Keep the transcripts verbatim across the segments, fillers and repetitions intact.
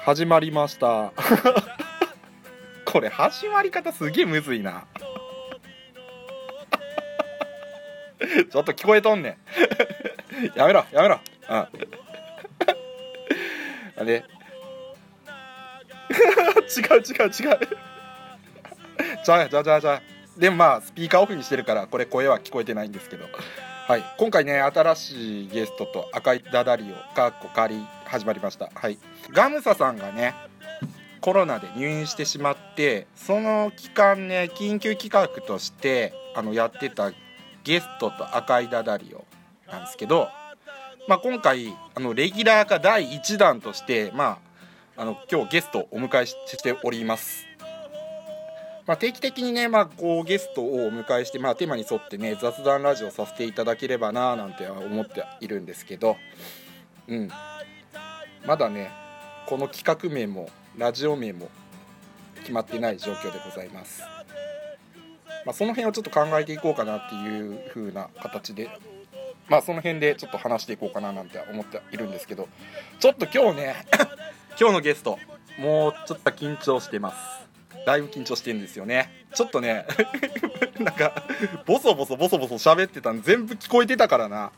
始まりましたこれ始まり方すげえむずいなちょっと聞こえとんねんやめろやめろああれ違う違う違うちゃうちゃうちゃうちゃうでもまあスピーカーオフにしてるからこれ声は聞こえてないんですけど、はい、今回ね新しいゲストと赤いダダリオかっこ仮始まりました。はい、ガムサさんがねコロナで入院してしまって、その期間ね緊急企画としてあのやってたゲストと赤いダダリオなんですけど、まあ、今回あのレギュラー化だいいちだんとして、まあ、あの今日ゲストをお迎えしております。まあ、定期的にね、まあ、こうゲストをお迎えして、まあ、テーマに沿ってね雑談ラジオさせていただければななんて思っているんですけど、うん、まだねこの企画名もラジオ名も決まってない状況でございます。まあ、その辺をちょっと考えていこうかなっていう風な形で、まあその辺でちょっと話していこうかななんて思っているんですけど、ちょっと今日ね今日のゲストもうちょっと緊張してます。だいぶ緊張してるんですよね。ちょっとねなんかボソボソボソボソ喋ってたん全部聞こえてたからな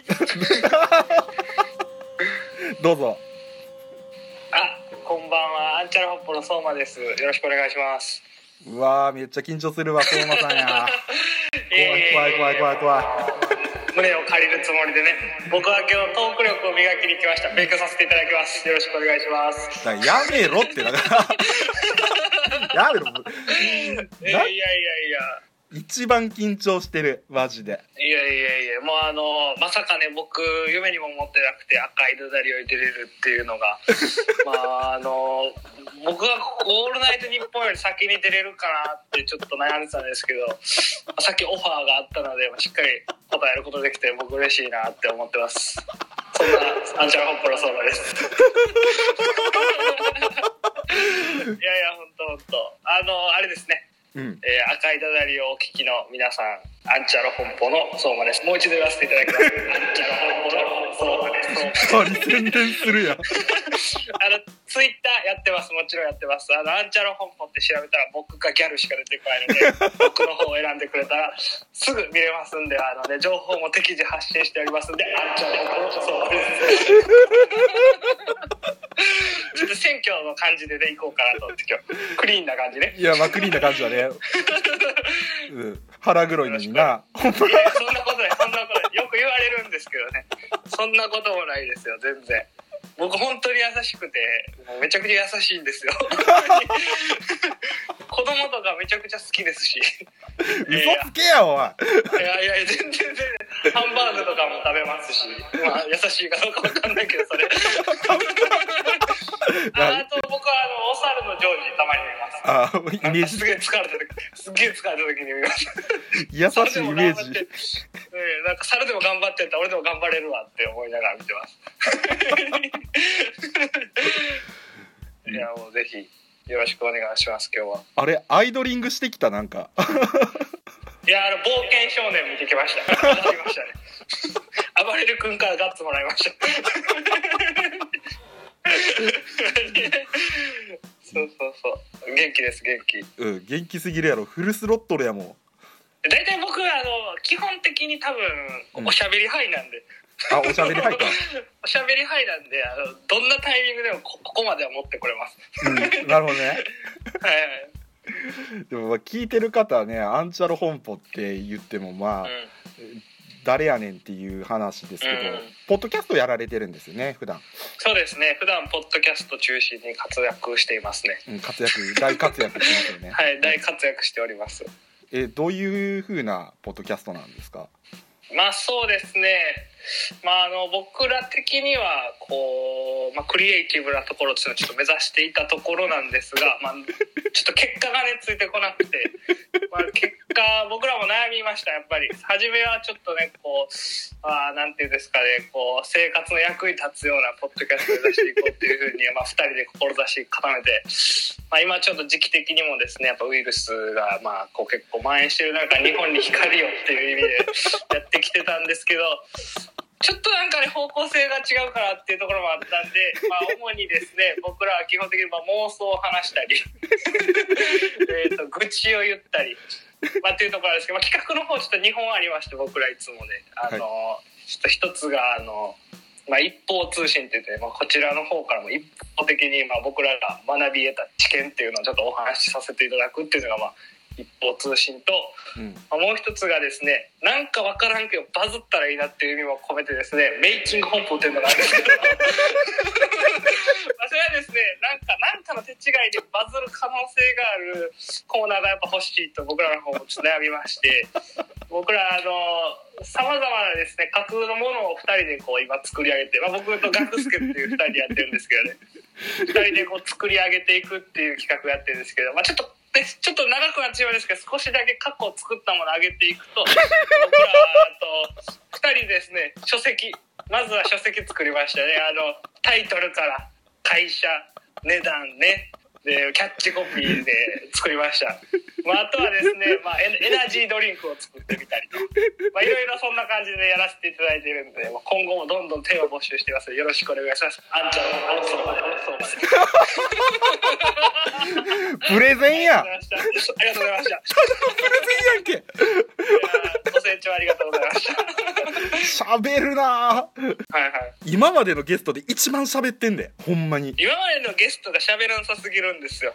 どうぞ。 あ、こんばんは。アンチャラホッポの相馬です。よろしくお願いします。 うわーめっちゃ緊張するわ相馬さんや怖い怖い怖い怖い怖い胸を借りるつもりでね、僕は今日トーク力を磨きに来ました。勉強させていただきます。よろしくお願いします。 だからやめろってだからやめろいやいやいやいや一番緊張してるマジで。いやいやいやもうあのまさかね僕夢にも思ってなくて赤いダダリオに出れるっていうのがまああの僕がオールナイトニッポンより先に出れるかなってちょっと悩んでたんですけど、さっきオファーがあったのでしっかり答えることできて僕嬉しいなって思ってます。そんなアンチャラホッポの相馬ですいやいや本当本当あのあれですね、うん、えー、赤いダダリオをお聞きの皆さん、アンチャラ本舗の相馬です。もう一度言わせていただきます。アンチャラ本舗の相馬です。 宣伝するやんあのツイッターやってます。もちろんやってます。あのアンチャラ本舗って調べたら僕かギャルしか出てこないので僕の方を選んでくれたらすぐ見れますんで、あの、ね、情報も適時発信しておりますんで、アンチャラ本舗の相馬ですちょっと選挙の感じでね、いこうかなと思って今日クリーンな感じね。 いやまあクリーンな感じだねうん、腹黒いのにな。 いやそんなことないそんなことないよく言われるんですけどね、そんなこともないですよ全然。僕本当に優しくてもうめちゃくちゃ優しいんですよ子供とかめちゃくちゃ好きですし嘘つけやおいいやいや全然全然ハンバーグとかも食べますし、まあ優しいかどうか分かんないけどそれあと僕はあのお猿のジョージたまに見ます。 あイメージすげえ疲れた時すげえ疲れた時に見ます優しいイメージうん、なんか猿でも頑張ってんだ俺でも頑張れるわって思いながら見てますいやもうぜひよろしくお願いします今日は。 あれアイドリングしてきたなんかいやあの冒険少年見てきました。見てきましたね暴れる君からガッツもらいましたそうそうそう元気です元気。 うん元気すぎるやろフルスロットルやもん。 だいたい僕はあの基本的に多分おしゃべりハイなんで、 うん、あおしゃべりハイかおしゃべりハイなんであのどんなタイミングでも こ, ここまでは持ってこれます、 うん、なるほどねはいはいでも聞いてる方はねアンチャロ本舗って言ってもまあ、うん、誰やねんっていう話ですけど、うん、ポッドキャストやられてるんですよね普段。 そうですね普段ポッドキャスト中心に活躍していますね、 うん、活躍大活躍してますよねはい大活躍しております。 えどういう風なポッドキャストなんですか？ まあそうですね、まあ、あの僕ら的にはこう、まあ、クリエイティブなところっていうのをちょっと目指していたところなんですが、まあ、ちょっと結果がねついてこなくて、まあ、結果僕らも悩みました。やっぱり初めはちょっとねこうあなんていうんですかねこう生活の役に立つようなポッドキャストを目指していこうっていうふうに、まあ、ふたりで志固めて、まあ、今ちょっと時期的にもですねやっぱウイルスがまあこう結構蔓延してる中日本に光をっていう意味でやってきてたんですけど、 ちょっとなんかね方向性が違うからっていうところもあったんで、まあ主にですね僕らは基本的にまあ妄想を話したりえと愚痴を言ったり、まあ、っていうところなんですけど、まあ、企画の方ちょっとにほんありまして、僕らいつもねあの、はい、ちょっと一つがあの、まあ、一方通信って言って、まあ、こちらの方からも一方的にまあ僕らが学び得た知見っていうのをちょっとお話しさせていただくっていうのがまあ一方通信と、うんまあ、もう一つがですね、なんか分からんけどバズったらいいなっていう意味も込めてですね、メイキング本舗っていうのがあるんですけどまあそれはですね、なんかなんかの手違いでバズる可能性があるコーナーがやっぱ欲しいと僕らの方もちょっと悩みまして、僕らあのさまざまなですね架空のものをふたりでこう今作り上げて、まあ、僕とガクスケっていうふたりでやってるんですけどねふたりでこう作り上げていくっていう企画やってるんですけど、まあ、ちょっとでちょっと長くなっちゃうんですけど、少しだけ過去作ったものを上げていくと僕らあとふたりですね、書籍、まずは書籍作りましたね。あのタイトルから会社、値段ねでキャッチコピーで作りました、まあ、あとはですね、まあ、エナジードリンクを作ってみたりと、まあ、いろいろそんな感じでやらせていただいているんで、まあ、今後もどんどん手を募集していますのでよろしくお願いします。あんちゃんの放送まで放送までプレゼンや。 ありがとうございました。 プレゼンやんけ。 ご清聴ありがとうございました。喋るな。はいはい。 今までのゲストで一番喋ってんで、ほんまに。 今までのゲストが喋らんさすぎるんですよ。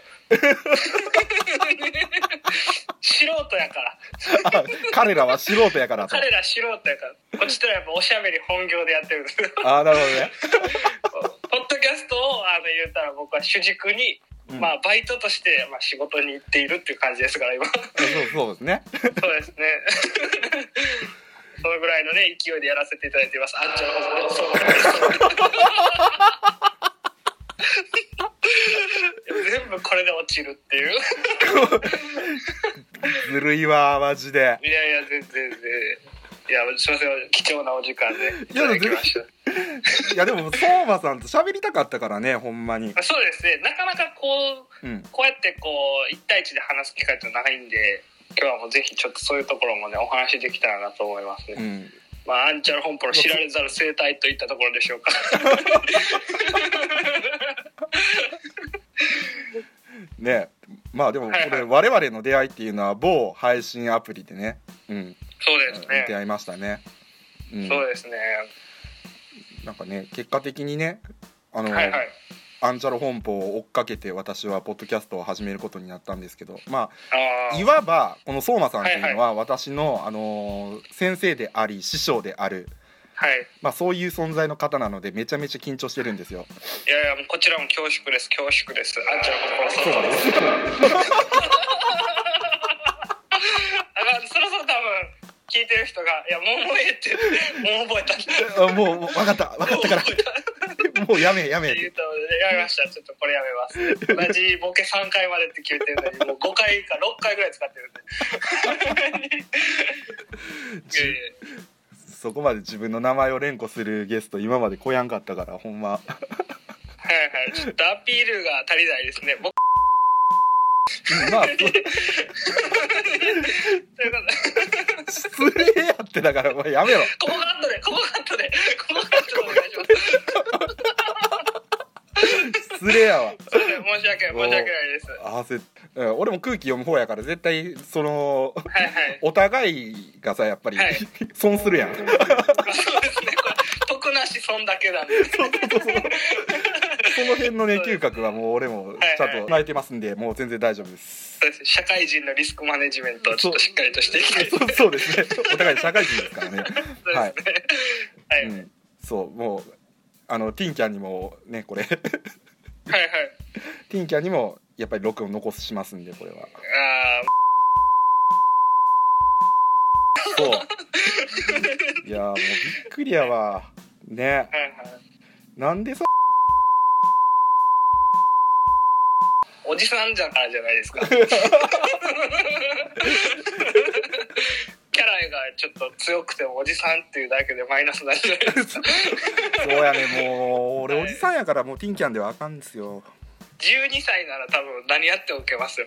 素人やから彼らは素人やからと。 彼ら素人やからこっちとはやっぱおしゃべり本業でやってるんですよ。 ああなるほどね。 ポッドキャストをあの言ったら僕は主軸に、うん、まあバイトとして、まあ、仕事に行っているっていう感じですから今。そうそうですね。 そうですね。そのぐらいのね勢いでやらせていただいています。あんちゃんの放送全部これで落ちるっていうずるいわマジで。いやいや全然全然いやすいません貴重なお時間でいただきました。いやでも相馬さんと喋りたかったからねほんまに。 そうですね、なかなかこう、うん、こうやってこういち対いちで話す機会ってないんで、今日はもうぜひちょっとそういうところもねお話できたらなと思いますね、うん、まあアンチャル本舗の知られざる生態といったところでしょうかね、まあでもこれ我々の出会いっていうのは某配信アプリでね、うん、 そうですね、 出会いましたね、 うん、そうですね。 なんかね結果的にねあの、 はいはい、 アンチャル本舗を追っかけて私はポッドキャストを始めることになったんですけど、まあいわばこの相馬さんっていうのは私の、はいはい、あの先生であり師匠である、 はい、 まあそういう存在の方なのでめちゃめちゃ緊張してるんですよ。 いやいやもうこちらも恐縮です恐縮です。アンチャル本舗のそうですそろそろ多分聞いてる人がいやもうええってもう覚えたもう分かった分かったからもうやめやめって言ったのでやめました。ちょっとこれやめます。同じボケさんかいまでって決めてるのにもうごかいかろっかいぐらい使ってるんでいやいやそこまで自分の名前を連呼するゲスト今まで来やんかったからほんまはいはいちょっとアピールが足りないですね僕まあ失礼やってだからもうやめろ。 ここカットでここカットでここカットでお願いします失礼やわ。 申し訳申し訳ないです。 あせ俺も空気読む方やから絶対その、 はいはい、 お互いがさやっぱり、はい、損するやん。そうですね得なし損だけなんでそうそうそうその辺のね嗅覚はもう俺もちゃんと泣いてますんで、はいはい、もう全然大丈夫です。 そうです。社会人のリスクマネジメントをちょっとしっかりとしていきたい。 そうそうですね。お互い社会人ですからね。 そうですね。はい。はい、うん、 そうもうあのティンキャンにもねこれはいはい。 ティンキャンにもやっぱり録音残しますんでこれは。ああ。そう。いやもうびっくりやわね。はいはい。なんでさ。 おじさんじゃからじゃないですかキャラがちょっと強くてもおじさんっていうだけでマイナスなんじゃないですかそうやねもう俺おじさんやからもうティンキャンではあかんですよ。 じゅうにさいなら多分何やっても受けますよ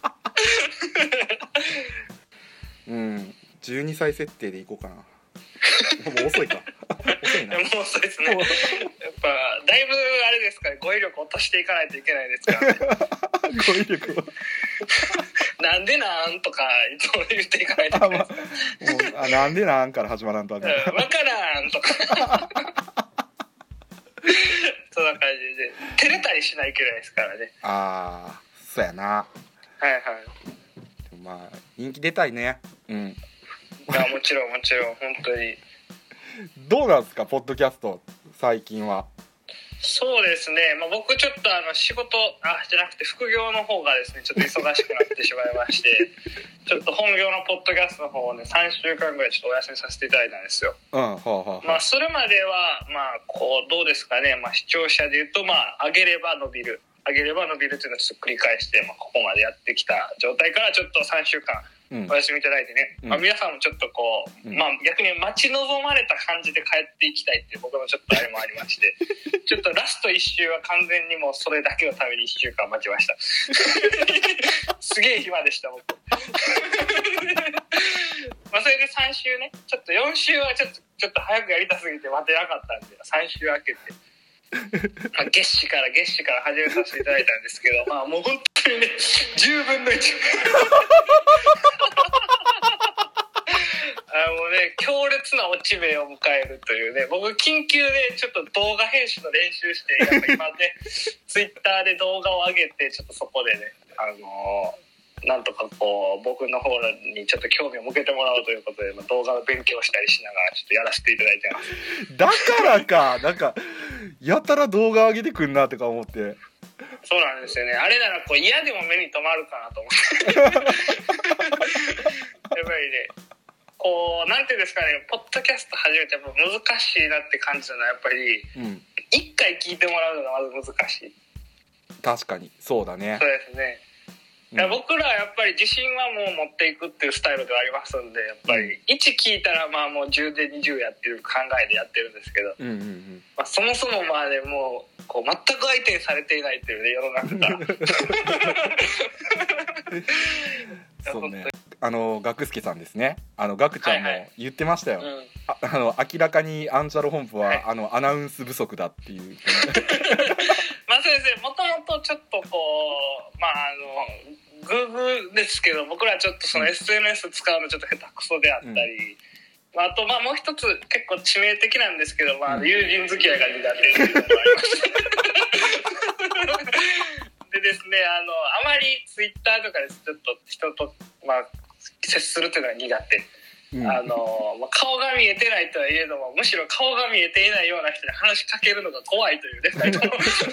うんじゅうにさい設定でいこうかなもう遅いか遅いなもう遅いですね。やっぱだいぶあれですかね、語彙力落としていかないといけないですから、ね、 語彙力をなんでなんとかいつも言っていかないといけないです、 もうあなんでなんから始まらんとあかん、 うん、分からんとかそんな感じで照れたりしないといけないですからね。 ああそうやな。 はいはい。 まあ人気出たいね。うん。 いやもちろんもちろん本当に。 どうなんですかポッドキャスト最近は。 そうですね、まあ、僕ちょっとあの仕事あじゃなくて副業の方がですねちょっと忙しくなってしまいましてちょっと本業のポッドキャストの方をねさんしゅうかんぐらいちょっとお休みさせていただいたんですよ。 うん、はあはあ、 まあそれまではまあこうどうですかね、まあ、視聴者でいうとまあ上げれば伸びる上げれば伸びるっていうのをちょっと繰り返して、まあ、ここまでやってきた状態からちょっとさんしゅうかんお休みいただいてね、うんまあ、皆さんもちょっとこう、うん、まあ逆に待ち望まれた感じで帰っていきたいっていう僕のちょっとあれもありましてちょっとラストいっ週は完全にもうそれだけのためにいっしゅうかん待ちましたすげえ暇でした僕まあそれでさん週ねちょっとよん週はちょっとちょっと早くやりたすぎて待てなかったんでさん週明けてまあ月始から月始から始めさせていただいたんですけどまあもう本当にねじゅうぶんのいちあのね強烈な落ち目を迎えるというね僕緊急でちょっと動画編集の練習してやっぱ今ねツイッターで動画を上げてちょっとそこでねあのーなんとかこう僕の方にちょっと興味を向けてもらおうということで、まあ、動画の勉強したりしながらちょっとやらせていただいてます。 だからかなんかやたら動画上げてくんなとか思ってそうなんですよねあれならこう嫌でも目に留まるかなと思ってやっぱりねこうなんていうんですかねポッドキャスト始めてやっぱ難しいなって感じるのはやっぱり、うん、いっかい聞いてもらうのがまず難しい。 確かにそうだね。 そうですねうん、僕らはやっぱり自信はもう持っていくっていうスタイルではありますんでやっぱりいち聞いたらまあもうじゅうでにじゅうやってる考えでやってるんですけど、うんうんうんまあ、そもそもまあねもうこう全く相手にされていないっていうね世の中からそうねあのガクスケさんですねあのガクちゃんも言ってましたよ、はいはいうん、あ, あの明らかにアンチャロ本舗は、はい、あのアナウンス不足だっていうまあそうですねもともとちょっとこうまああのグーグルですけど僕らちょっとその エスエヌエス 使うのちょっと下手くそであったり、うんまあ、あとまあもう一つ結構致命的なんですけど、まあ、友人付き合いが苦手っていうのもありますでですねあのあまりツイッターとかでちょっと人と、まあ、接するというのが苦手うん、あの顔が見えてないとはいえどもむしろ顔が見えていないような人に話しかけるのが怖いというねちょっと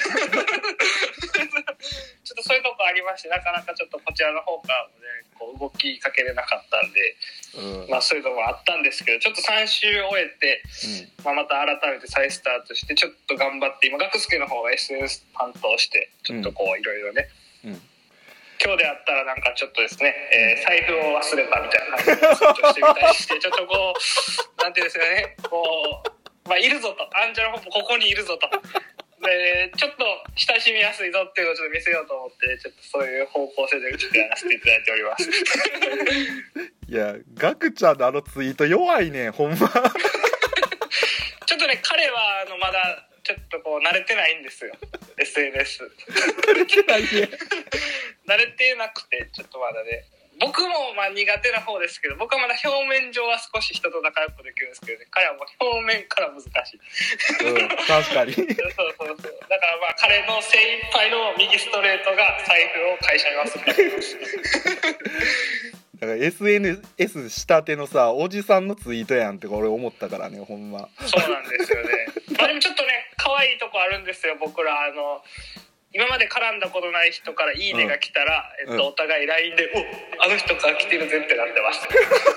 そういうとこありましてなかなかちょっとこちらの方からもねこう動きかけれなかったんで、うんまあ、そういうのもあったんですけどちょっとさん週終えて、うんまあ、また改めて再スタートしてちょっと頑張って今学助の方が エスエヌエス 担当してちょっとこういろいろね、うん今日であったらなんかちょっとですね、えー、財布を忘れたみたいな感じで緊張してみたりしてちょっとこうなんていうんですかねこうまあいるぞとアンジャラ本舗ここにいるぞとでちょっと親しみやすいぞっていうのをちょっと見せようと思ってちょっとそういう方向性でちょっとやらせていただいておりますいやガクちゃんのあのツイート弱いねほんまちょっとね彼はあのまだちょっとこう慣れてないんですよエスエヌエス慣れてないね慣れてなくてちょっとまだね僕もまあ苦手な方ですけど僕はまだ表面上は少し人と仲良くできるんですけどね彼はもう表面から難しい、うん、 確かにそうそうそうだからまあ彼の精一杯の右ストレートが財布を会社に忘れてだから エスエヌエス したてのさおじさんのツイートやんって俺思ったからねほんまそうなんですよねまあでもちょっとね可愛いとこあるんですよ僕らあの今まで絡んだことない人からいいねが来たら、うんえっと、お互い ライン で、うん、おあの人から来てるぜってなってます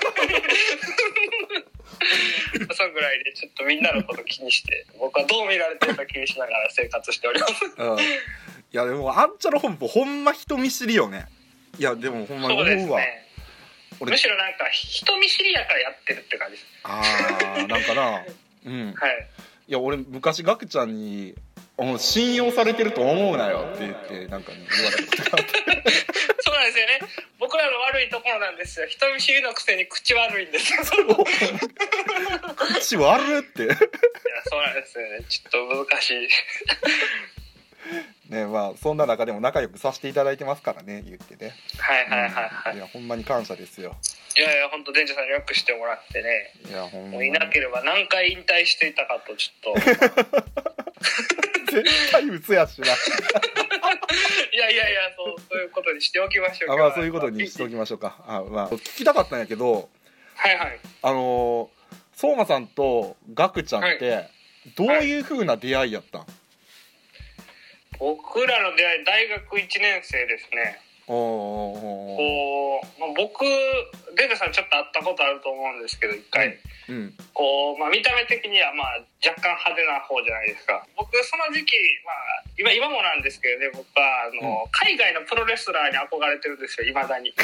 そのぐらいでちょっとみんなのこと気にして僕はどう見られてるか気にしながら生活しております、うん、いやでもアンチャロ本舗ほんま人見知りよねいやでもほんまに思うわそうですねむしろなんか人見知りやからやってるって感じですあーなんかなうんはいいや俺昔ガクちゃんに信用されてると思うなよって言ってなんか、ね、言われたことがあってそうなんですよね僕僕らの悪いところなんですよ。人見知りのくせに口悪いんですよ。 口悪っていやそうなんですよね。ちょっと難しいね。まあそんな中でも仲良くさせていただいてますからね、言ってね。 はいはいはいはい、 うん、いやほんまに感謝ですよ。 いやいや本当デンジャーさんによくしてもらってね。 いやほんまにもういなければ何回引退していたかとちょっと絶対嘘やしな。いやいやいやそうそういうことにしておきましょう。 あ、まあそういうことにしておきましょうか。あ、まあ聞きたかったんやけど、 はいはい、 あの相馬さんとガクちゃんってどういう風な出会いやったん？はい、 僕らの出会い大学いちねん生ですね。 おこう、まあ、僕デンジャーさんちょっと会ったことあると思うんですけど一回、 うんうん、 こうまあ、見た目的にはまあ若干派手な方じゃないですか。僕その時期、まあ、今, 今もなんですけどね、僕はあの、うん、海外のプロレスラーに憧れてるんですよ、いまだに。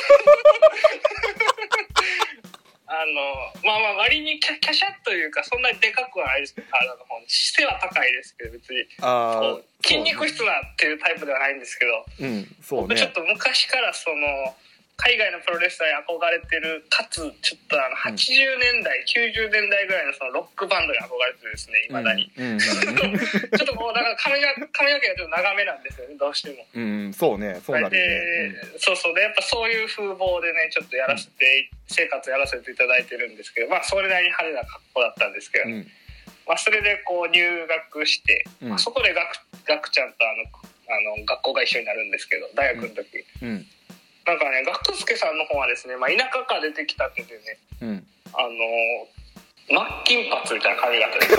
あのまあまあ割にキャ, キャシャというかそんなにでかくはないですけど、体の方背は高いですけど別にあ筋肉質なっていうタイプではないんですけど、 うんそうね、 僕ちょっと昔からその海外のプロレスラーに憧れてる、かつちょっとあのはちじゅうねんだい、うん、きゅうじゅうねんだいぐらいのそのロックバンドに憧れてですね、いまだに、うんうん、ちょっとこうなんか髪が髪の毛がちょっと長めなんですよね、どうしても。うん、そうね、そうなるよね。うん、そうそうでやっぱそういう風貌でねちょっとやらせて、うん、生活やらせていただいてるんですけど、まあそれなりに派手な格好だったんですけど、うん、まあそれでこう入学して、うん、まあ、そこでガクガクちゃんとあのあの学校が一緒になるんですけど、大学の時。うんうん、なんかね、学助さんの方はですね、まあ、田舎から出てきたってでね、うん、あの真っ金髪みたいな髪型ですね。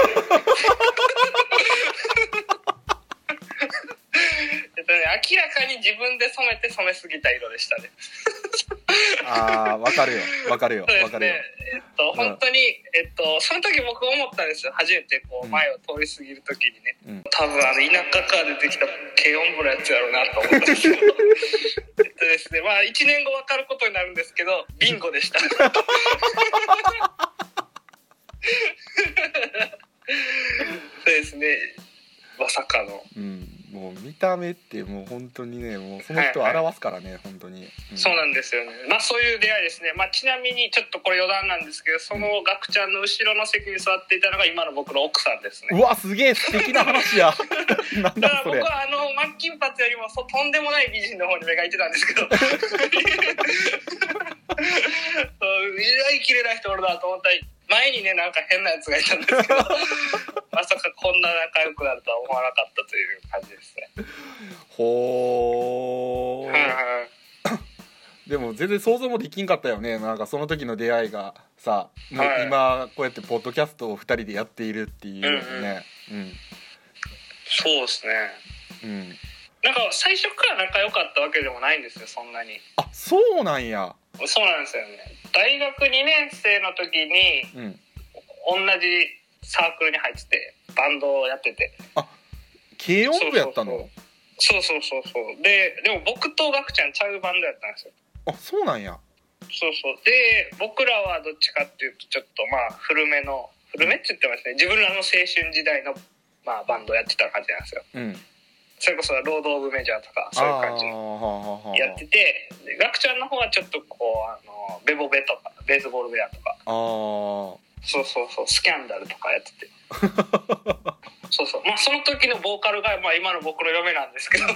えっとね、明らかに自分で染めて染めすぎた色でしたね。 ああ、わかるよ、わかるよ、わかるよ。 えっと、うん、本当に、えっと、その時僕思ったんですよ。初めてこう前を通り過ぎる時にね、うん、多分あの田舎から出てきた軽音部のやつやろうなと思ったんですけど。えっとですね、まあいちねんご分かることになるんですけど、ビンゴでした。そうですね、まさかの。うん、 もう見た目ってもう本当にね、もうその人を表すからね、はいはい、本当に、 うん、そうなんですよね。まあそういう出会いですね。まあちなみにちょっとこれ余談なんですけど、そのガクちゃんの後ろの席に座っていたのが今の僕の奥さんですね。 うわ、すげえ素敵な話や。なんだそれ。 だから僕はあの真っ金髪よりもそとんでもない美人の方に目がいってたんですけど。意外に綺麗な人おるなと思ったら前にねなんか変なやつがいたんですけど。まさかこんな仲良くなるとは思わなかったという感じですね。 ほー。でも全然想像もできんかったよね。なんかその時の出会いがさ、もう今こうやってポッドキャストをふたりでやっているっていうね、うんうんうん、 そうですね、うん、なんか最初から仲良かったわけでもないんですよ、そんなに。 あ、そうなんや。 そうなんですよね。大学にねん生の時に、うん、同じサークルに入っててバンドをやってて。あ、 軽音部やったの？ そうそうそうそうで、でも僕とガクちゃんちゃうバンドやったんですよ。 あ、そうなんや。 そうそうで僕らはどっちかっていうとちょっとまあ古めの古めって言ってますね、自分らの青春時代のまあバンドをやってた感じなんですよ、うん、それこそロード・オブ・メジャーとかそういう感じのやってて、ガクちゃんの方はちょっとこうあのベボベとかベースボールベアとか、あそうそうそうスキャンダルとかやっててそうそう、まあその時のボーカルが、まあ、今の僕の嫁なんですけど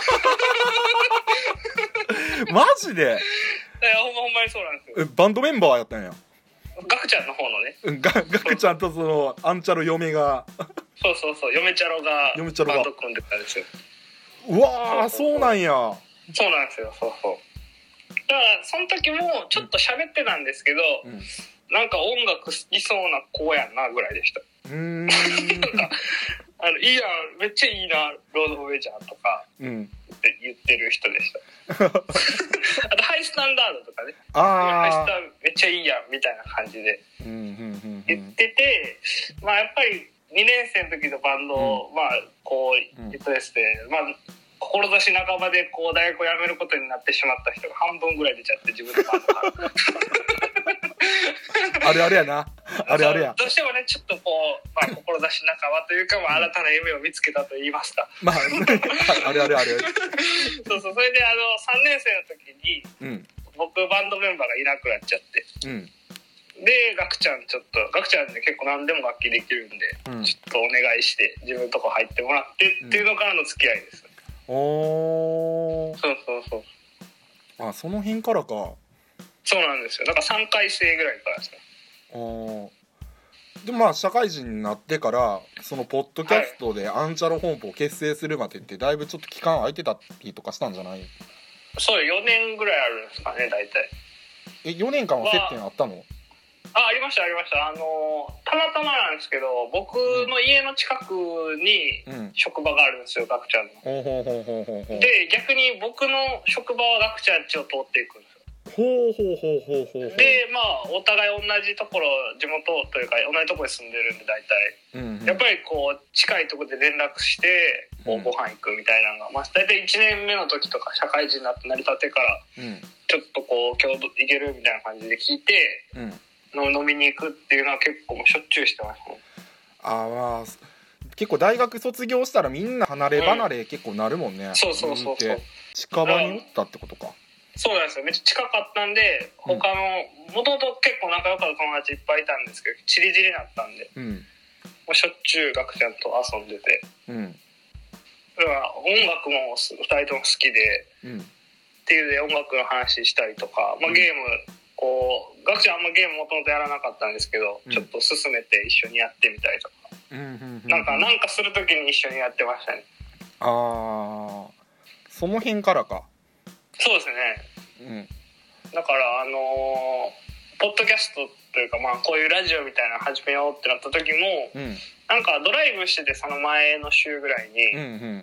マジで？ いやほんまほんまにそうなんですよ。 バンドメンバーやったんや。 ガクちゃんの方のね、 ガ, ガクちゃんとそのアンチャロ嫁がそうそうそう、嫁チャロがバンド組んでたんですよ。 うわー、そうなんや。 そうなんですよ、そうそう。だからその時もちょっと喋ってたんですけど、うん、なんか音楽好きそうな子やんなぐらいでした。うーんなんかあのいいやん、めっちゃいいなロード・オブ・メジャーとかって言ってる人でした、うん、あとハイスタンダードとかね、あハイスタめっちゃいいやんみたいな感じで言ってて、まあやっぱりにねん生の時のバンドを、うん、まあこう言ってですね、まあ志半ばでこう大学を辞めることになってしまった人が半分ぐらい出ちゃって、自分のバンドからあるあるやな、あるあるや。 どうしてもねちょっとこう、まあ、志半ばというか、まあ、新たな夢を見つけたと言いますか、 まああるあるあるそうそう、それであのさんねん生の時うん、 僕バンドメンバーがいなくなっちゃって、うん、でガクちゃんちょっとガクちゃんで結構何でも楽器できるんで、うん、ちょっとお願いして自分のとこ入ってもらってっていうのからの付き合いです、 うん、おーそうそうそう、 あ、その辺からか。 そうなんですよ。だからさんかい生ぐらいからですね。 あでもまあ社会人になってからそのポッドキャストでアンチャロ本舗を結成するまでってだいぶちょっと期間空いてたりとかしたんじゃない？ そうよねんぐらいあるんですかね大体。 えよねんかんは接点あったの？ あ、ありましたありました。あのたまたまなんですけど僕の家の近くに職場があるんですよ、ガクちゃんの。 ほうほうほうほうほうほう。 で逆に僕の職場はガクちゃん家を通っていくんですよ。 ほうほうほうほうほうほう。 でまあお互い同じところ地元というか同じところに住んでるんで大体、うんうん、やっぱりこう近いところで連絡してこうご飯行くみたいなのが、うん、まあ、大体いちねんめの時とか社会人になって成り立てから、うん、ちょっとこう今日行けるみたいな感じで聞いて、うん、飲みに行くっていうのは結構もうしょっちゅうしてましたね。 あまあ結構大学卒業したらみんな離れ離れ結構なるもんね、うん、 そうそうそうそう。 近場におったってことか。 そうなんですよ。めっちゃ近かったんで他のもともと結構仲良かった友達いっぱいいたんですけどチリチリになったんで、うん、もうしょっちゅうガクちゃんと遊んでて、うん、だから音楽もふたりとも好きで、うん、っていうで音楽の話したりとか、まあ、ゲーム、うん、こうガクちゃんあんまゲームもともとやらなかったんですけど、うん、ちょっと進めて一緒にやってみたりとか、うん、なんかなんかするときに一緒にやってましたね。 ああその辺からか。 そうですね、うん、だからあのー、ポッドキャストというか、まあ、こういうラジオみたいなの始めようってなった時も、うん、なんかドライブしててその前の週ぐらいに、うんうん、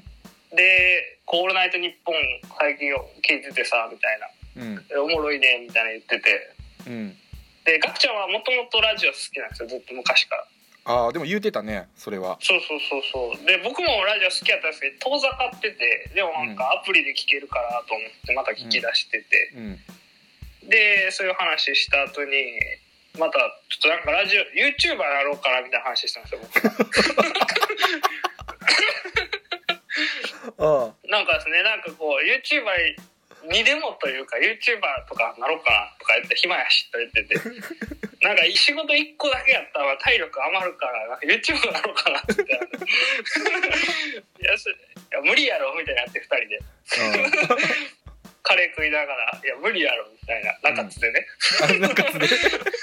で「オールナイトニッポン」最近聞いててさみたいな、うん、おもろいねみたいな言ってて、うん、でガクちゃんはもともとラジオ好きなんですよずっと昔から。 ああでも言うてたねそれは。 そうそうそうそう。で僕もラジオ好きやったんですけど遠ざかっててでもなんかアプリで聞けるからと思ってまた聞き出してて、うんうん、でそういう話した後にまたちょっとなんかラジオ YouTuber になろうかなみたいな話してたんですよ僕ああなんかですねなんかこう YouTuber にでもというか YouTuber とかなろうかなとか言って暇やしと言っててなんか仕事いっこだけやったら体力余るからなんか YouTuber なろうかなっていやいや無理やろみたいになってふたりでカレー食いながらいや無理やろみたいな中津でね、うん、中津で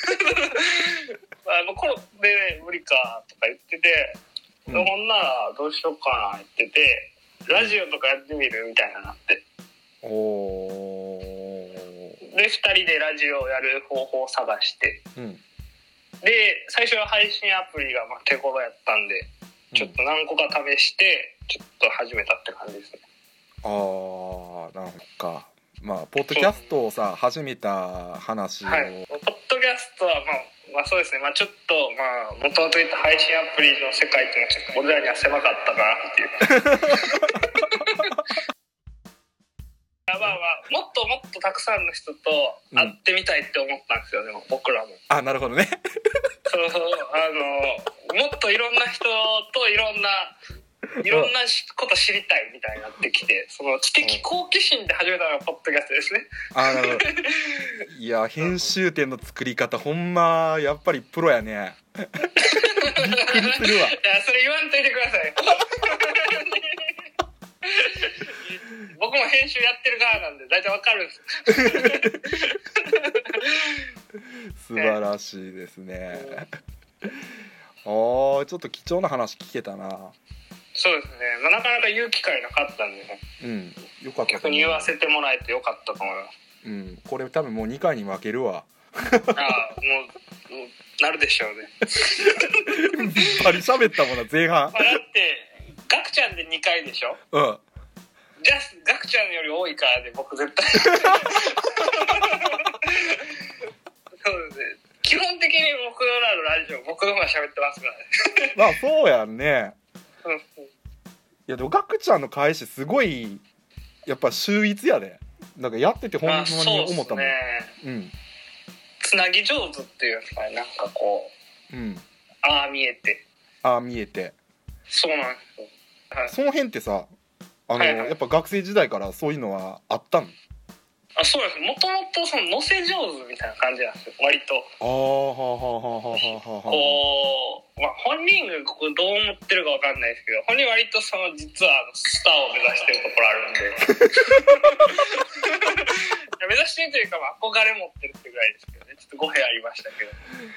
あもうこれで、ね、無理かとか言ってて、うん、ほんならどうしようかな言っててラジオとかやってみるみたいななって、おでふたりでラジオをやる方法を探して、うん、で最初は配信アプリがまあ手頃やったんでちょっと何個か試してちょっと始めたって感じですね。 ああなんかまあポッドキャストをさ始めた話を、 はい、ポッドキャストはまあ、まあ、そうですね、まあ、ちょっとまあ元々言った配信アプリの世界っていうのはちょっと俺らには狭かったかなっていうまあまあもっともっとたくさんの人と会ってみたいって思ったんですよ、うん、でも僕らも。 あなるほどねそうそうあのもっといろんな人といろんないろんなこと知りたいみたいになってきてその知的好奇心で始めたのがポッドキャストですね。 あなるほどいや編集点の作り方ほんまやっぱりプロやねびっくりするわ。いやそれ言わんといてください僕も編集やってる側なんで大体わかるんです素晴らしいですねあーちょっと貴重な話聞けたな。 そうですね、まあ、なかなか言う機会なかったんでね、うん、よかった逆に言わせてもらえてよかったと思います。 うん、これ多分もうにかいに分けるわああもう、もうなるでしょうねバリ喋ったもんな前半、 まあ、だってガクちゃんでにかいでしょ。うんじゃあガクちゃんより多いからで僕絶対そうですね基本的に僕のらのラジオ僕の方が喋ってますからねまあそうやんねいやでもガクちゃんの返しすごいやっぱ秀逸やでなんかやっててほんまに思ったもん、まあ、そうですね、うん、 つなぎ上手っていうかなんかこう、うん、ああ見えてああ見えてそうなんですよ、はい、 その辺ってさあの、はいはい、やっぱ学生時代からそういうのはあったの？ あ、そうです。もともとその乗せ上手みたいな感じなんですよ、割と。 ああ、はあはあはあはあはあ。 こう、まあ、本人がここどう思ってるかわかんないですけど、本人割とその実はスターを目指してるところあるんで目指してるというか、まあ、憧れ持ってるってぐらいですけどね。ちょっと語弊ありましたけど、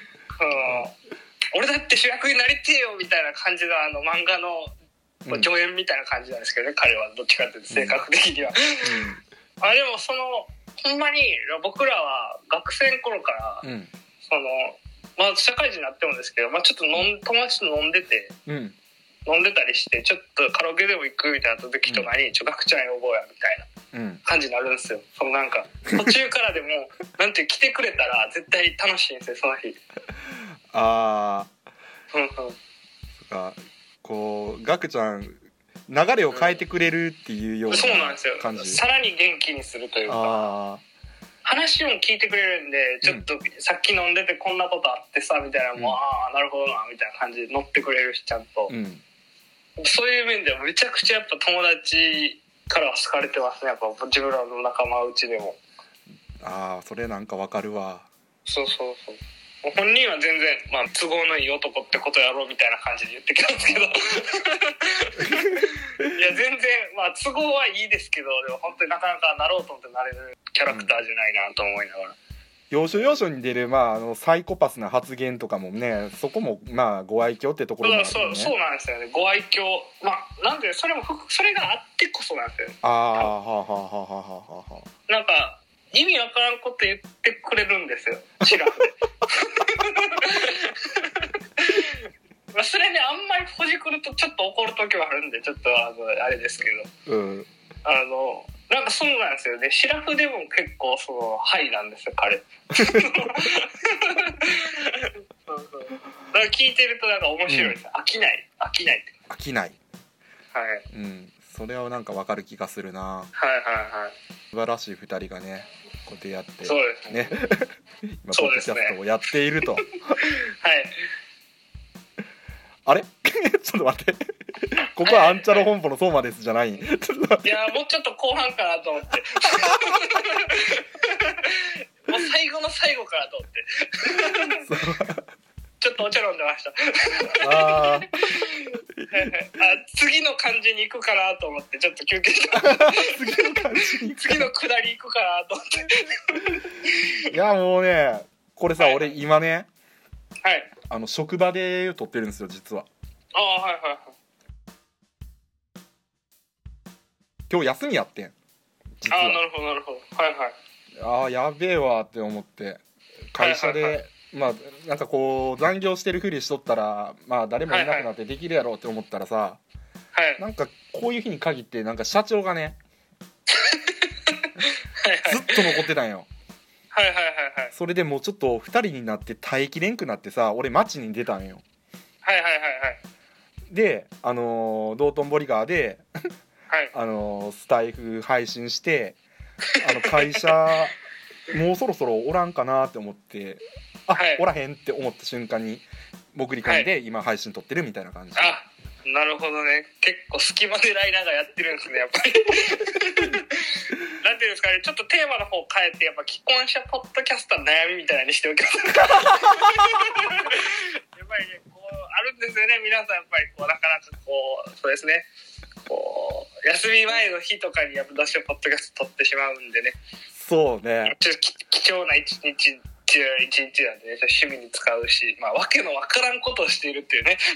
うん、俺だって主役になりてえよみたいな感じのあの漫画の助演みたいな感じなんですけどね、うん、彼はどっちかっていうと性格的には、うんうん、あでもそのほんまに僕らは学生の頃から、うん、そのまあ社会人になってもですけど、まあ、ちょっと飲ん友達と飲んでて、うん、飲んでたりしてちょっとカラオケでも行くみたいな時とかに、うん、ちょガクちゃん呼ぼうやみたいな感じになるんですよ。そのなんか途中からでもなんて来てくれたら絶対楽しいんですよその日。 ああ、 うんうん、 そっか、こうガクちゃん流れを変えてくれるっていうような感じ、うん、そうなんですよ。 さらに元気にするというか、あ話も聞いてくれるんで、ちょっとさっき飲んでてこんなことあってさみたいな、うん、もうああなるほどなみたいな感じで乗ってくれるし、ちゃんと、うん、そういう面ではめちゃくちゃやっぱ友達からは好かれてますね、やっぱ自分らの仲間内でも。 ああ、それなんかわかるわ。 そうそうそう。本人は全然、まあ、都合のいい男ってことやろうみたいな感じで言ってきたんですけどいや全然、まあ、都合はいいですけど、でも本当になかなかなろうと思ってなれるキャラクターじゃないなと思いながら、うん、 要所要所に出る、まあ、あのサイコパスな発言とかもね、そこもまあご愛嬌ってところもあるよね。 そう、そうなんですよね、ご愛嬌、まあなんでそれもそれがあってこそなんですよね。 ああ、はあはあはあはあはあ、なんか意味わからんこと言ってくれるんですよ、シラフでまあそれね、あんまりほじくるとちょっと怒る時はあるんで、ちょっとあのあれですけど、うん、あのなんかそうなんですよね、シラフでも結構そのハイなんですよ彼だから聞いてるとなんか面白いです、うん、飽きない飽きないって飽きない、 はい、 うん、それはなんか分かる気がするな。はいはいはい、 素晴らしいふたりがねこうやって、 そうですね今ポッドキャストをやっているとはいあれちょっと待ってここはアンチャロ本舗の相馬ですじゃない。いやもうちょっと後半かなと思ってもう最後の最後かなと思ってちょっとお茶飲んでましたああ次の感じに行くかなと思ってちょっと休憩した次の感じに次の下り行くかなと思っていやもうねこれさ、はい、俺今ね、 はい、 あの職場で撮ってるんですよ実は。 ああはいはいはい。 今日休みやってん実は。 ああなるほどなるほど、はいはい。 ああやべえわって思って会社で、はいはいはい、まあなんかこう残業してるふりしとったらまあ誰もいなくなってできるやろうって思ったらさ、はいはい、なんかこういう日に限ってなんか社長がねはいはいずっと残ってたんよ。 はいはいはいはい。 それでもうちょっとふたりになって耐えきれんくなってさ、俺街に出たんよ。 はいはいはいはい。 であのー、道頓堀川ではい、 あのスタイフ配信してあの会社もうそろそろおらんかなって思ってあ、はい、おらへんって思った瞬間に潜り込んで今配信撮ってるみたいな感じ。 あ、なるほどね。結構隙間狙いながらやってるんですねやっぱりなんていうんですかね、ちょっとテーマの方変えてやっぱ既婚者ポッドキャスターの悩みみたいなにしておきますやっぱりねこうあるんですよね皆さん。やっぱりこうなかなかこうそうですねこう休み前の日とかにやっぱどうしてもポッドキャスト撮ってしまうんでね。 そうね。 ちょっと貴重な一日一日なんでね、趣味に使うし、まあわけのわからんことをしているっていうね。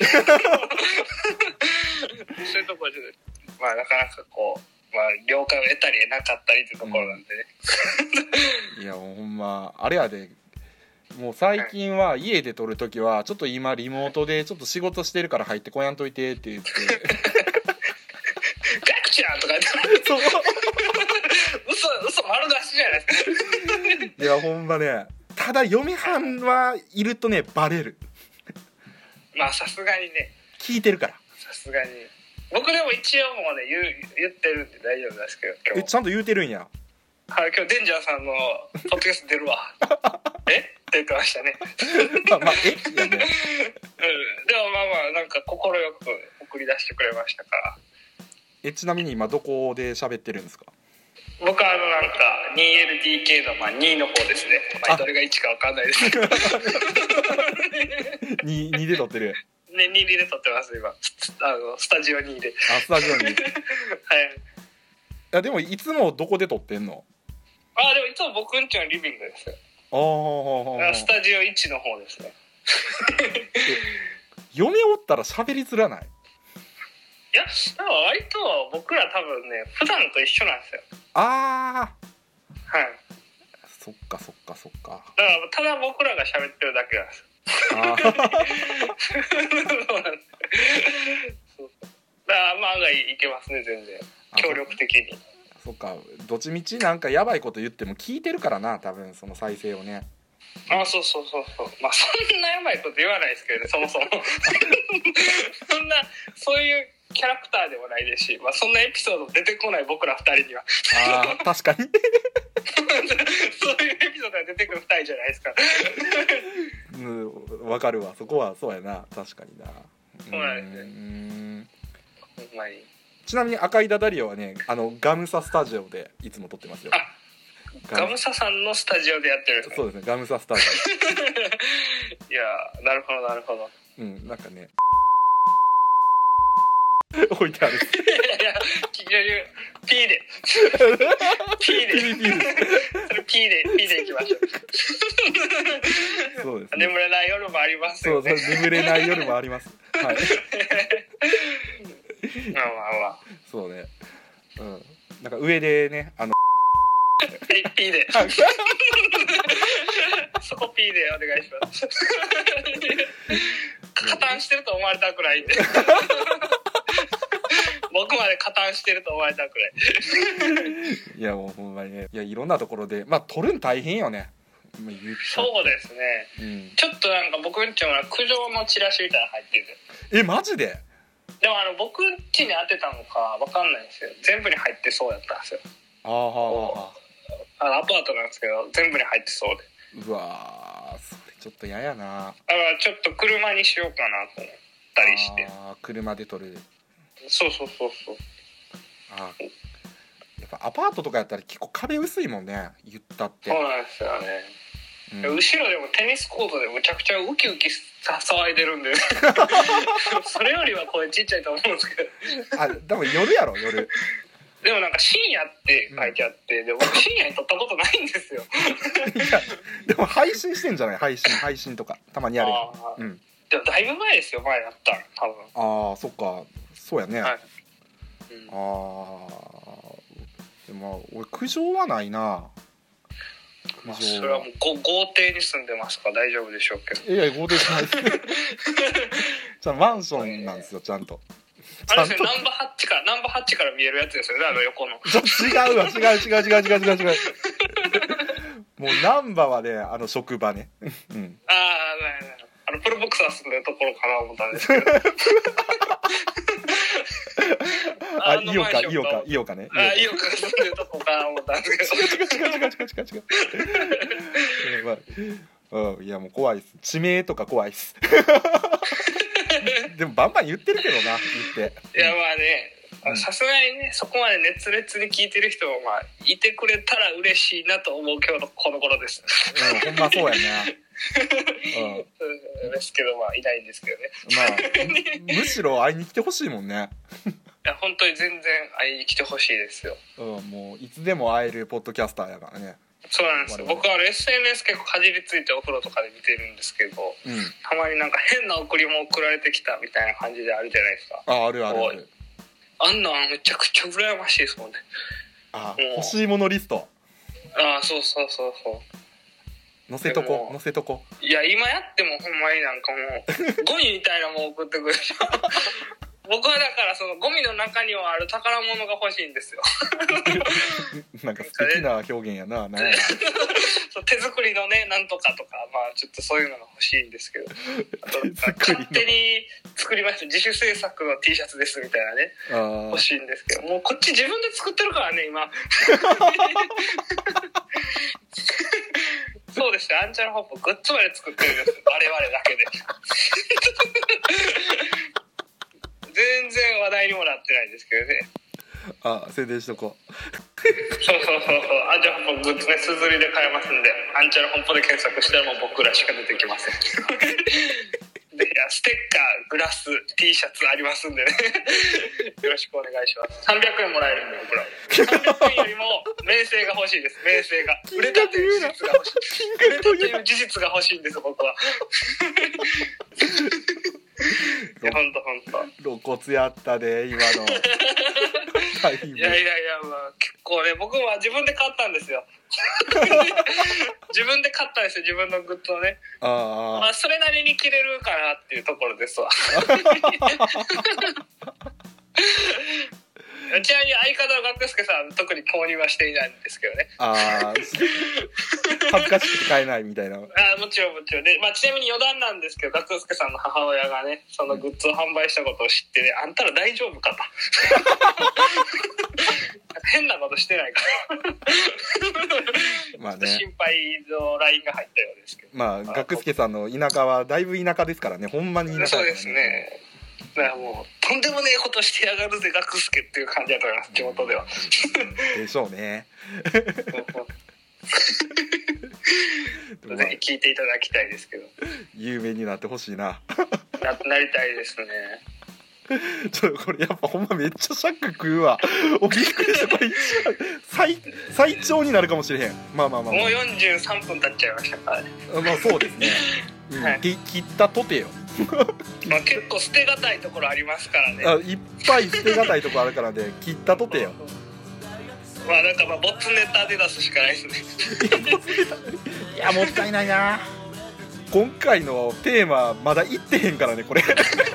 そういうところでまあなかなかこうまあ了解を得たり得なかったりっていうところなんでね。 うん、いやもうほんまあれやで。もう最近は家で撮るときはちょっと今リモートでちょっと仕事してるから入ってこやんといてって言ってガクちゃんとか言ってそう嘘嘘丸出しじゃないですか。 いやほんまね、ただ嫁はんはいるとねバレる。 まあさすがにね聞いてるから。 さすがに僕でも一応もうね 言, 言ってるんで大丈夫ですけど。 えちゃんと言うてるんや。 はい、今日デンジャーさんのポッドキャスト出るわえって言ってましたねまあ、まあ、えいやね、うん、でもまあまあなんか快く送り出してくれましたから。 えちなみに今どこで喋ってるんですか？ 僕はあのなんかあ ツーエルディーケー のまあにの方ですね、まあ、どれがいちか分かんないですけどに, にで撮ってるね、にで撮ってます今、あのスタジオにで。 あスタジオにはい。いやでもいつもどこで撮ってんの？ あでもいつも僕んちのリビングですよ。 ああスタジオいちの方ですね嫁おったら喋りづらない？ いやでも割と僕ら多分ね普段と一緒なんですよ。 ああはい。 そっかそっかそっか。 だからただ僕らが喋ってるだけなんですよ。あそうなんです。そうだからまあ案外いけますね全然協力的に。 そっかどっちみちなんかやばいこと言っても聞いてるからな多分その再生をね。 あそうそうそうそうまあそんなやばいこと言わないですけどねそもそもそんなそういうキャラクターでもないですし、まあ、そんなエピソード出てこない僕らふたりにはあ確かにそういうエピソードが出てくるふたりじゃないですかうんわかるわそこはそうやな確かにな。 そうなんですね。うんほんまに。 ちなみに赤いダダリオはねあのガムサスタジオでいつも撮ってますよ。 あガムサさんのスタジオでやってるんですね。 そうですねガムサスタジオいやなるほどなるほど。 うんなんかね置いてあるいやいやピーでピーでそれピーでピーでいきましょうそうですね眠れない夜もありますよね。そうそう眠れない夜もありますはいまあまあまあそうねうんなんか上でねあのピーでそこピーでお願いします加担してると思われたくないんで僕まで加担してると思われたくらいいやもうほんまにねいやいろんなところでまあ撮るん大変よね。 そうですね、うん、ちょっとなんか僕んちも苦情のチラシみたいなの入ってる。 えマジで？ でもあの僕んちに当てたのか分かんないんですよ。全部に入ってそうやったんですよ。ああはああのアパートなんですけど全部に入ってそうで。 うわそれちょっと嫌やな。 だからちょっと車にしようかなと思ったりして。 ああ車で撮る。 そうそうそうそう。 あやっぱアパートとかやったら結構壁薄いもんね言ったって。 そうなんですよね、うん、後ろでもテニスコートでむちゃくちゃウキウキ騒いでるんでそれよりは声ちっちゃいと思うんですけどあでも夜やろ夜でもなんか深夜って書いてあって、うん、でも僕深夜に撮ったことないんですよいやでも配信してんじゃない配信配信とかたまにやるよ。 うん、でもだいぶ前ですよ前やったん多分。 ああそっかそうやね、はいうん、ああでも俺苦情はないな。 まあ、それはもう豪邸に住んでますから大丈夫でしょうけど。 いや豪邸じゃないですじゃあマンションなんですよちゃんと。 あれですねナンバーハッチからナンバーハッチから見えるやつですよねあの横の。 違うわ違う違う違う違う違う違うもうナンバーはねあの職場ね、うん、 あああのプロボクサー住んでるところかな思ったんですけどあ、井岡、井岡、井岡ね。 あ、井岡住んでるとこかな思ったんですけど。違う違う違う違う違う違う。まあ、うん、いやもう怖いっす。地名とか怖いっす。でもバンバン言ってるけどな、言って。いやまあね、さすがにね、そこまで熱烈に聞いてる人もまあいてくれたら嬉しいなと思う今日のこの頃です。うん、ほんまそうやな。うん、ですけどまあいないんですけどね。まあむしろ会いに来てほしいもんね。いや本当に全然会いに来てほしいですよ。うん、もういつでも会えるポッドキャスターやからね。そうなんですよ。僕は エスエヌエス 結構かじりついてお風呂とかで見てるんですけど、うん、たまになんか変な送りも送られてきたみたいな感じであるじゃないですか。あ、あるあるある。あんなんめちゃくちゃ羨ましいですもんね。あ、欲しいものリスト。ああ、そうそうそうそう。載せとこ載せとこ。いや今やってもほんまになんかもうゴミみたいなもん送ってくる僕はだからそのゴミの中にはある宝物が欲しいんですよなんか素敵な表現やな。なんやそう手作りのねなんとかとかまあちょっとそういうのが欲しいんですけどあと勝手に作りました自主制作の T シャツですみたいなね欲しいんですけどもうこっち自分で作ってるからね今そうですねアンチャルホップグッズまで作ってるんです我々だけで全然話題にもなってないですけどね。あ、宣伝しとこう。 そうそうそうそう。アンチャル本舗グッズね、すずりで買えますんで、アンチャル本舗で検索したらもう僕らしか出てきません。で、ステッカー、グラス、T シャツありますんでね。よろしくお願いします。さんびゃくえんもらえるんで僕ら。さんびゃくえんよりも名声が欲しいです。名声が。売れたという事実が欲しい。売れたという事実が欲しいんです僕は。いや、ほんとほんと。 露骨やったで今の。 いやいやいや、まあ、結構ね、僕は自分で買ったんですよ。自分で買ったんですよ、自分のグッズをね。 あ、 まあ、それなりに着れるかなっていうところですわ。ちなみに相方の学助さんは特に購入はしていないんですけどね。 ああ、恥ずかしくて買えないみたいな。 あ、もちろんもちろんで、まあ、ちなみに余談なんですけど、学助さんの母親がね、そのグッズを販売したことを知ってね、あんたら大丈夫かと。変なことしてないか。 まあね、 心配の ライン が入ったようですけど。 まあ学助さんの田舎はだいぶ田舎ですからね、ほんまに田舎、 ね、そうですね。だからもうとんでもねえことしてやがるぜ学助っていう感じだと思います、地元では。 でしょうね。 ぜひ聞いていただきたいですけど。 有名になってほしいな。 な, なりたいですね。 ちょっとこれやっぱほんまめっちゃシャック食うわ。おびっくりした。これ一番最最長になるかもしれへん。まあまあまあ、まあ、 もうよんじゅうさんぷん経っちゃいましたからね。 まあそうですね。うん、はい、切ったとてよ。 まあ結構捨てがたいところありますからね。 あ、いっぱい捨てがたいところあるからね、切ったとてよ。 まあなんかまあボツネタで出すしかないですね。 いやもったいないな。今回のテーマまだいってへんからねこれ。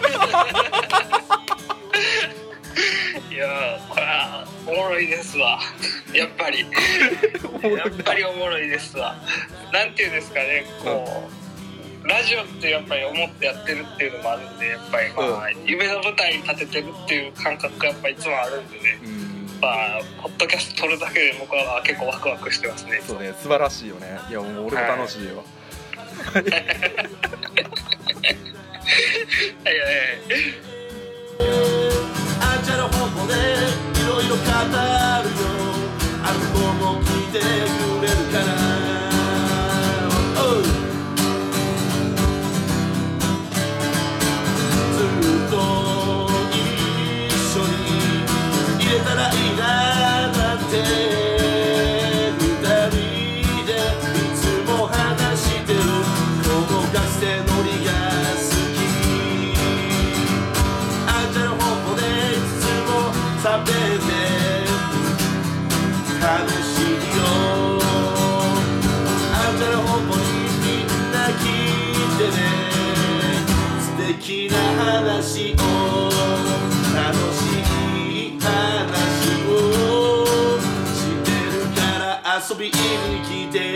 いやー、これはおもろいですわ。やっぱりやっぱりおもろいですわ。なんていうんですかね、こう、うん、ラジオってやっぱり思ってやってるっていうのもあるんで、やっぱりまあ、うん、夢の舞台に立ててるっていう感覚がやっぱいつもあるんでね、うん、まあポッドキャスト撮るだけで僕は結構ワクワクしてますね。 そうね、素晴らしいよね。いやもう俺も楽しいよ。はい、はいはいアンチャル本舗でいろいろ語るよ。ある子も聞いてくれるかな。ずっと一緒にいれたらいいななんて二人でいつも話してる。この学生ノリが好き。アンチャル本舗でいつも食べて楽しいよ。アンチャル本舗にみんな聞いてね。素敵な話を楽しい話をしてるから遊びに来て